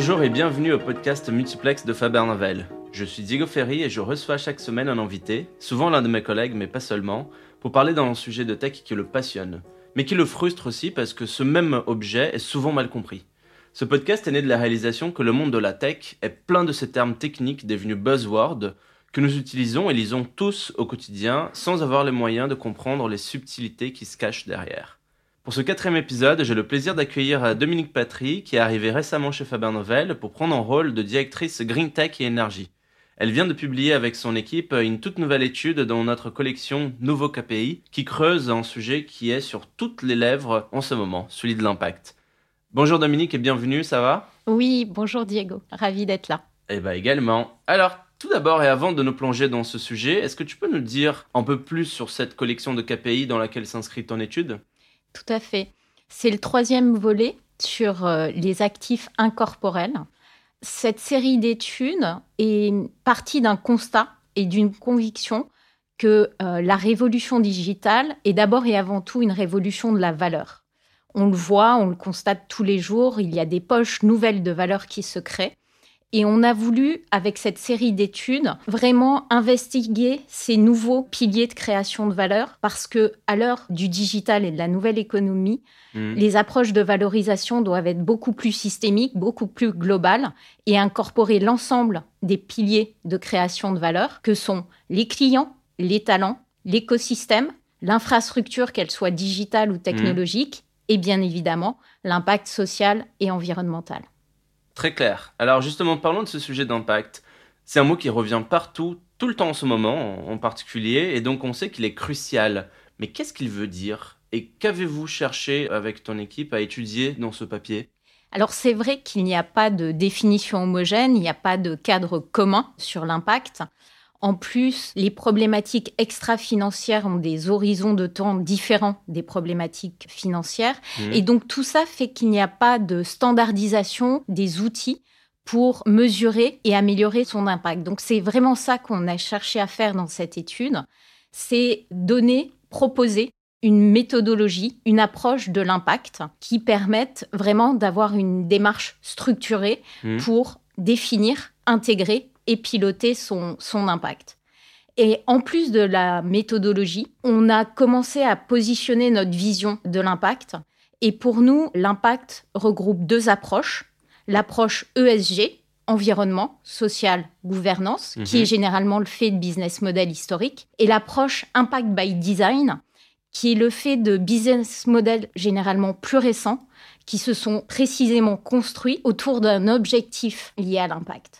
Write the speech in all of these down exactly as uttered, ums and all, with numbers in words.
Bonjour et bienvenue au podcast Multiplex de Faber Novel. Je suis Diego Ferry et je reçois chaque semaine un invité, souvent l'un de mes collègues mais pas seulement, pour parler d'un sujet de tech qui le passionne, mais qui le frustre aussi parce que ce même objet est souvent mal compris. Ce podcast est né de la réalisation que le monde de la tech est plein de ces termes techniques devenus buzzwords que nous utilisons et lisons tous au quotidien sans avoir les moyens de comprendre les subtilités qui se cachent derrière. Pour ce quatrième épisode, j'ai le plaisir d'accueillir Dominique Patry, qui est arrivée récemment chez Faber Novel pour prendre un rôle de directrice Green Tech et Énergie. Elle vient de publier avec son équipe une toute nouvelle étude dans notre collection Nouveau K P I, qui creuse un sujet qui est sur toutes les lèvres en ce moment, celui de l'impact. Bonjour Dominique et bienvenue, ça va ? Oui, bonjour Diego, ravi d'être là. Eh bien également. Alors, tout d'abord et avant de nous plonger dans ce sujet, est-ce que tu peux nous dire un peu plus sur cette collection de K P I dans laquelle s'inscrit ton étude ? Tout à fait. C'est le troisième volet sur euh, les actifs incorporels. Cette série d'études est partie d'un constat et d'une conviction que euh, la révolution digitale est d'abord et avant tout une révolution de la valeur. On le voit, on le constate tous les jours, il y a des poches nouvelles de valeur qui se créent. Et on a voulu, avec cette série d'études, vraiment investiguer ces nouveaux piliers de création de valeur parce que, à l'heure du digital et de la nouvelle économie, mmh. les approches de valorisation doivent être beaucoup plus systémiques, beaucoup plus globales et incorporer l'ensemble des piliers de création de valeur que sont les clients, les talents, l'écosystème, l'infrastructure, qu'elle soit digitale ou technologique, mmh. et bien évidemment, l'impact social et environnemental. Très clair. Alors justement, parlons de ce sujet d'impact. C'est un mot qui revient partout, tout le temps en ce moment en particulier, et donc on sait qu'il est crucial. Mais qu'est-ce qu'il veut dire ? Et qu'avez-vous cherché avec ton équipe à étudier dans ce papier ? Alors c'est vrai qu'il n'y a pas de définition homogène, il n'y a pas de cadre commun sur l'impact. En plus, les problématiques extra-financières ont des horizons de temps différents des problématiques financières. Mmh. Et donc, tout ça fait qu'il n'y a pas de standardisation des outils pour mesurer et améliorer son impact. Donc, c'est vraiment ça qu'on a cherché à faire dans cette étude. C'est donner, proposer une méthodologie, une approche de l'impact qui permette vraiment d'avoir une démarche structurée mmh. pour définir, intégrer et piloter son, son impact. Et en plus de la méthodologie, on a commencé à positionner notre vision de l'impact. Et pour nous, l'impact regroupe deux approches. L'approche E S G, environnement, social, gouvernance, mmh. qui est généralement le fait de business model historique. Et l'approche Impact by Design, qui est le fait de business models généralement plus récents, qui se sont précisément construits autour d'un objectif lié à l'impact.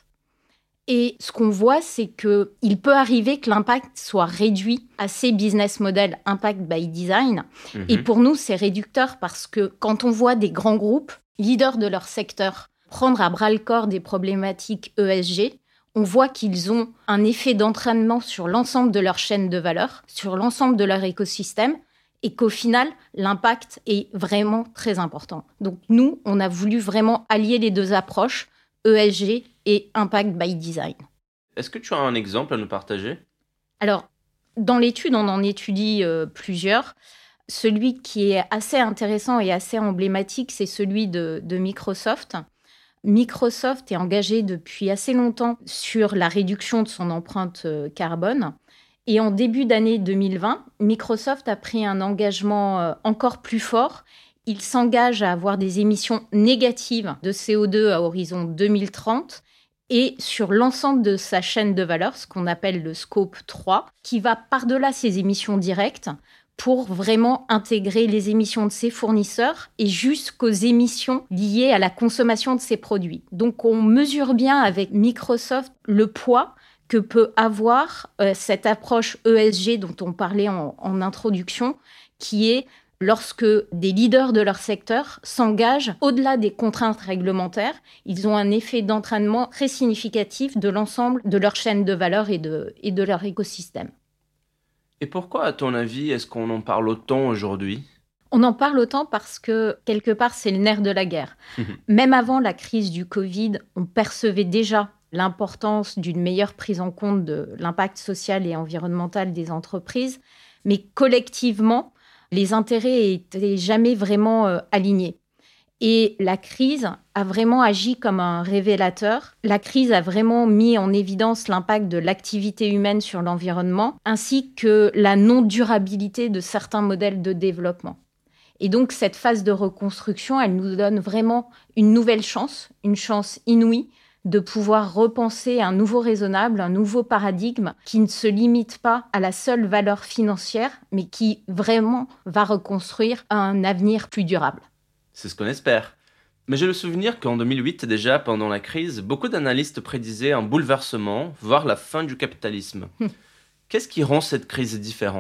Et ce qu'on voit, c'est qu'il peut arriver que l'impact soit réduit à ces business models Impact by Design. Mmh. Et pour nous, c'est réducteur parce que quand on voit des grands groupes, leaders de leur secteur, prendre à bras-le-corps des problématiques E S G, on voit qu'ils ont un effet d'entraînement sur l'ensemble de leur chaîne de valeur, sur l'ensemble de leur écosystème, et qu'au final, l'impact est vraiment très important. Donc nous, on a voulu vraiment allier les deux approches, E S G et Impact by Design. Est-ce que tu as un exemple à nous partager ? Alors, dans l'étude, on en étudie euh, plusieurs. Celui qui est assez intéressant et assez emblématique, c'est celui de, de Microsoft. Microsoft est engagé depuis assez longtemps sur la réduction de son empreinte euh, carbone. Et en début d'année deux mille vingt, Microsoft a pris un engagement euh, encore plus fort. Il s'engage à avoir des émissions négatives de C O deux à horizon deux mille trente et sur l'ensemble de sa chaîne de valeur, ce qu'on appelle le scope trois, qui va par-delà ses émissions directes pour vraiment intégrer les émissions de ses fournisseurs et jusqu'aux émissions liées à la consommation de ses produits. Donc, on mesure bien avec Microsoft le poids que peut avoir euh, cette approche E S G dont on parlait en, en introduction, qui est lorsque des leaders de leur secteur s'engagent au-delà des contraintes réglementaires, ils ont un effet d'entraînement très significatif de l'ensemble de leur chaîne de valeur et de, et de leur écosystème. Et pourquoi, à ton avis, est-ce qu'on en parle autant aujourd'hui ? On en parle autant parce que, quelque part, c'est le nerf de la guerre. Même avant la crise du Covid, on percevait déjà l'importance d'une meilleure prise en compte de l'impact social et environnemental des entreprises, mais collectivement, les intérêts n'étaient jamais vraiment euh, alignés. Et la crise a vraiment agi comme un révélateur. La crise a vraiment mis en évidence l'impact de l'activité humaine sur l'environnement, ainsi que la non-durabilité de certains modèles de développement. Et donc, cette phase de reconstruction, elle nous donne vraiment une nouvelle chance, une chance inouïe, de pouvoir repenser un nouveau raisonnable, un nouveau paradigme qui ne se limite pas à la seule valeur financière, mais qui vraiment va reconstruire un avenir plus durable. C'est ce qu'on espère. Mais j'ai le souvenir qu'en deux mille huit, déjà, pendant la crise, beaucoup d'analystes prédisaient un bouleversement, voire la fin du capitalisme. Hum. Qu'est-ce qui rend cette crise différente ?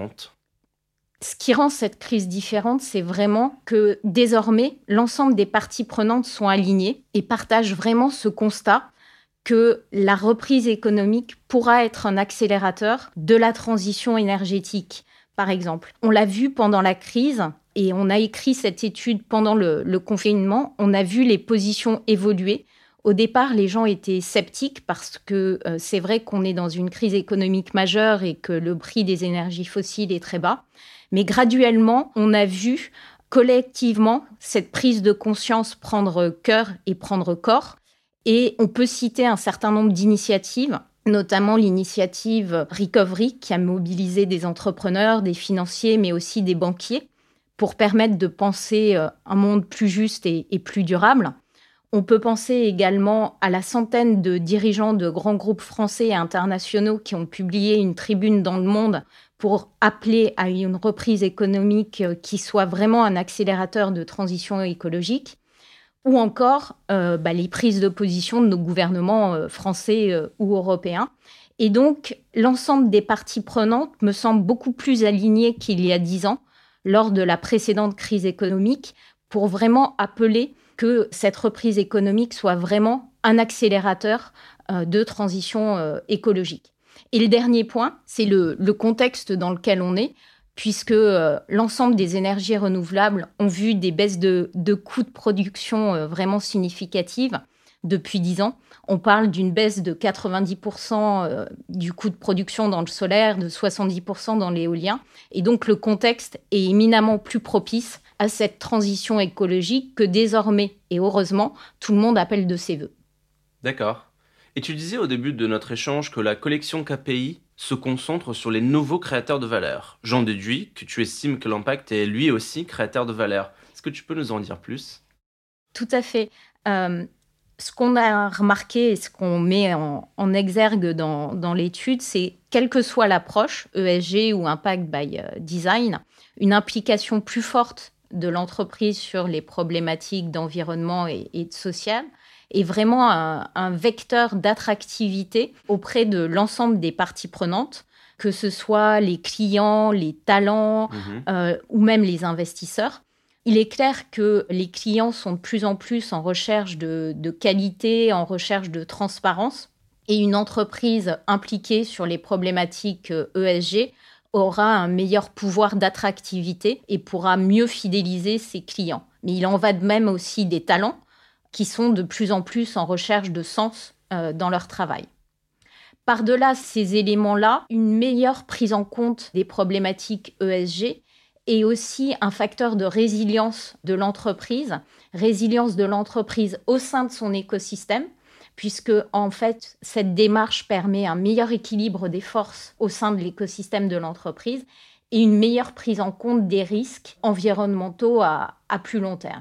Ce qui rend cette crise différente, c'est vraiment que désormais, l'ensemble des parties prenantes sont alignées et partagent vraiment ce constat que la reprise économique pourra être un accélérateur de la transition énergétique, par exemple. On l'a vu pendant la crise et on a écrit cette étude pendant le, le confinement. On a vu les positions évoluer. Au départ, les gens étaient sceptiques parce que euh, c'est vrai qu'on est dans une crise économique majeure et que le prix des énergies fossiles est très bas. Mais graduellement, on a vu collectivement cette prise de conscience prendre cœur et prendre corps. Et on peut citer un certain nombre d'initiatives, notamment l'initiative Recovery, qui a mobilisé des entrepreneurs, des financiers, mais aussi des banquiers, pour permettre de penser un monde plus juste et, et plus durable. On peut penser également à la centaine de dirigeants de grands groupes français et internationaux qui ont publié une tribune dans Le Monde pour appeler à une reprise économique qui soit vraiment un accélérateur de transition écologique. Ou encore euh, bah, les prises de position de nos gouvernements euh, français euh, ou européens. Et donc, l'ensemble des parties prenantes me semble beaucoup plus aligné qu'il y a dix ans, lors de la précédente crise économique, pour vraiment appeler que cette reprise économique soit vraiment un accélérateur euh, de transition euh, écologique. Et le dernier point, c'est le, le contexte dans lequel on est, puisque euh, l'ensemble des énergies renouvelables ont vu des baisses de, de coûts de production euh, vraiment significatives depuis dix ans. On parle d'une baisse de quatre-vingt-dix pour cent euh, du coût de production dans le solaire, de soixante-dix pour cent dans l'éolien. Et donc, le contexte est éminemment plus propice à cette transition écologique que désormais, et heureusement, tout le monde appelle de ses voeux. D'accord. Et tu disais au début de notre échange que la collection K P I se concentre sur les nouveaux créateurs de valeur. J'en déduis que tu estimes que l'impact est lui aussi créateur de valeur. Est-ce que tu peux nous en dire plus ? Tout à fait. Euh, ce qu'on a remarqué et ce qu'on met en, en exergue dans, dans l'étude, c'est quelle que soit l'approche, E S G ou Impact by Design, une implication plus forte de l'entreprise sur les problématiques d'environnement et, et de social est vraiment un, un vecteur d'attractivité auprès de l'ensemble des parties prenantes, que ce soit les clients, les talents mmh. euh, ou même les investisseurs. Il est clair que les clients sont de plus en plus en recherche de, de qualité, en recherche de transparence. Et une entreprise impliquée sur les problématiques E S G aura un meilleur pouvoir d'attractivité et pourra mieux fidéliser ses clients. Mais il en va de même aussi des talents qui sont de plus en plus en recherche de sens euh, dans leur travail. Par-delà ces éléments-là, une meilleure prise en compte des problématiques E S G est aussi un facteur de résilience de l'entreprise, résilience de l'entreprise au sein de son écosystème, puisque en fait, cette démarche permet un meilleur équilibre des forces au sein de l'écosystème de l'entreprise et une meilleure prise en compte des risques environnementaux à, à plus long terme.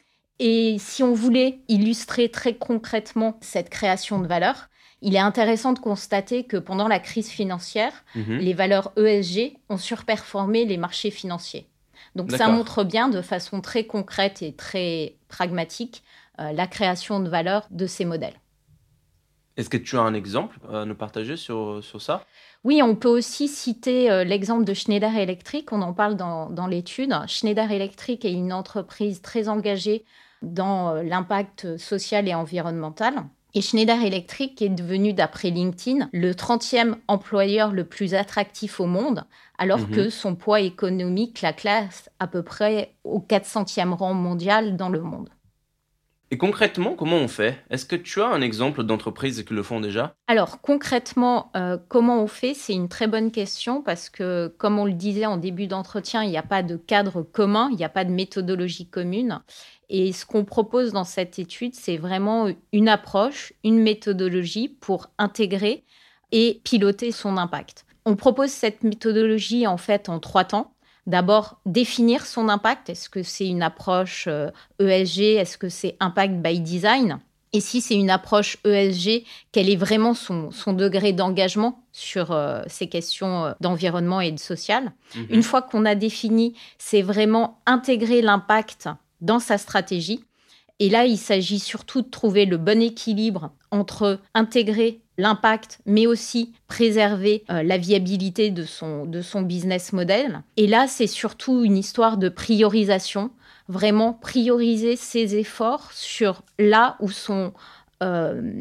Et si on voulait illustrer très concrètement cette création de valeur, il est intéressant de constater que pendant la crise financière, mmh. les valeurs E S G ont surperformé les marchés financiers. Donc D'accord. ça montre bien de façon très concrète et très pragmatique euh, la création de valeur de ces modèles. Est-ce que tu as un exemple à nous partager sur, sur ça ? Oui, on peut aussi citer euh, l'exemple de Schneider Electric, on en parle dans, dans l'étude. Schneider Electric est une entreprise très engagée dans euh, l'impact social et environnemental. Et Schneider Electric est devenu, d'après LinkedIn, le trentième employeur le plus attractif au monde, alors mmh. que son poids économique la classe à peu près au quatre centième rang mondial dans le monde. Et concrètement, comment on fait? Est-ce que tu as un exemple d'entreprise qui le font déjà? Alors concrètement, euh, comment on fait? C'est une très bonne question parce que, comme on le disait en début d'entretien, il n'y a pas de cadre commun, il n'y a pas de méthodologie commune. Et ce qu'on propose dans cette étude, c'est vraiment une approche, une méthodologie pour intégrer et piloter son impact. On propose cette méthodologie en fait en trois temps. D'abord, définir son impact. Est-ce que c'est une approche euh, E S G? Est-ce que c'est Impact by Design? Et si c'est une approche E S G, quel est vraiment son, son degré d'engagement sur euh, ces questions euh, d'environnement et de social? Mmh. Une fois qu'on a défini, c'est vraiment intégrer l'impact dans sa stratégie. Et là, il s'agit surtout de trouver le bon équilibre entre intégrer l'impact, mais aussi préserver euh, la viabilité de son, de son business model. Et là, c'est surtout une histoire de priorisation, vraiment prioriser ses efforts sur là où son, euh,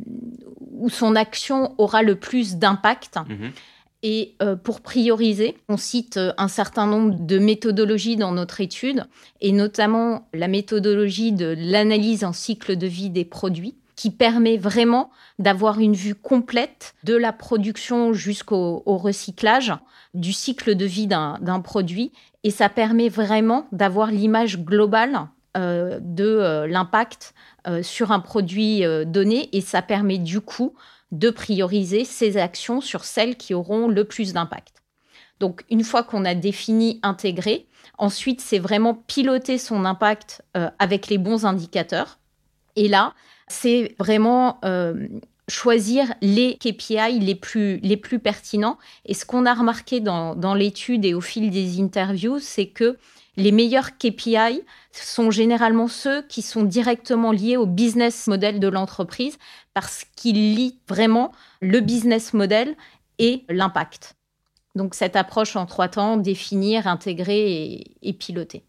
où son action aura le plus d'impact. Mmh. Et euh, pour prioriser, on cite euh, un certain nombre de méthodologies dans notre étude, et notamment la méthodologie de l'analyse en cycle de vie des produits, qui permet vraiment d'avoir une vue complète de la production jusqu'au au recyclage, du cycle de vie d'un, d'un produit. Et ça permet vraiment d'avoir l'image globale euh, de euh, l'impact euh, sur un produit euh, donné. Et ça permet du coup de prioriser ses actions sur celles qui auront le plus d'impact. Donc, une fois qu'on a défini, intégré, ensuite, c'est vraiment piloter son impact euh, avec les bons indicateurs. Et là, c'est vraiment euh, choisir les K P I les plus, les plus pertinents. Et ce qu'on a remarqué dans, dans l'étude et au fil des interviews, c'est que les meilleurs K P I sont généralement ceux qui sont directement liés au business model de l'entreprise parce qu'ils lient vraiment le business model et l'impact. Donc, cette approche en trois temps, définir, intégrer et, et piloter.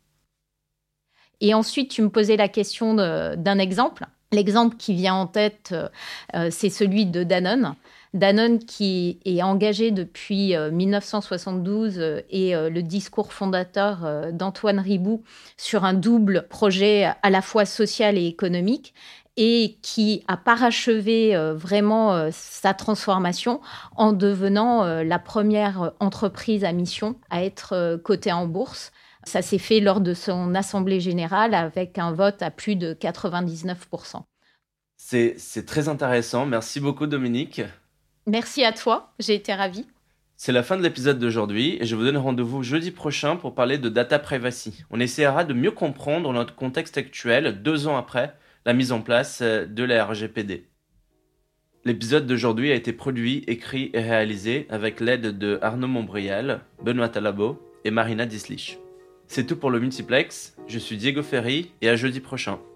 Et ensuite, tu me posais la question de, d'un exemple. L'exemple qui vient en tête, euh, c'est celui de Danone. Danone qui est engagé depuis euh, dix-neuf cent soixante-douze euh, et euh, le discours fondateur euh, d'Antoine Riboud sur un double projet à la fois social et économique et qui a parachevé euh, vraiment euh, sa transformation en devenant euh, la première entreprise à mission à être euh, cotée en bourse. Ça s'est fait lors de son assemblée générale avec un vote à plus de quatre-vingt-dix-neuf pour cent. C'est, c'est très intéressant. Merci beaucoup, Dominique. Merci à toi, j'ai été ravie. C'est la fin de l'épisode d'aujourd'hui et je vous donne rendez-vous jeudi prochain pour parler de data privacy. On essaiera de mieux comprendre notre contexte actuel, deux ans après la mise en place de la R G P D. L'épisode d'aujourd'hui a été produit, écrit et réalisé avec l'aide de Arnaud Montbrial, Benoît Talabo et Marina Dislich. C'est tout pour le Multiplex, je suis Diego Ferry et à jeudi prochain.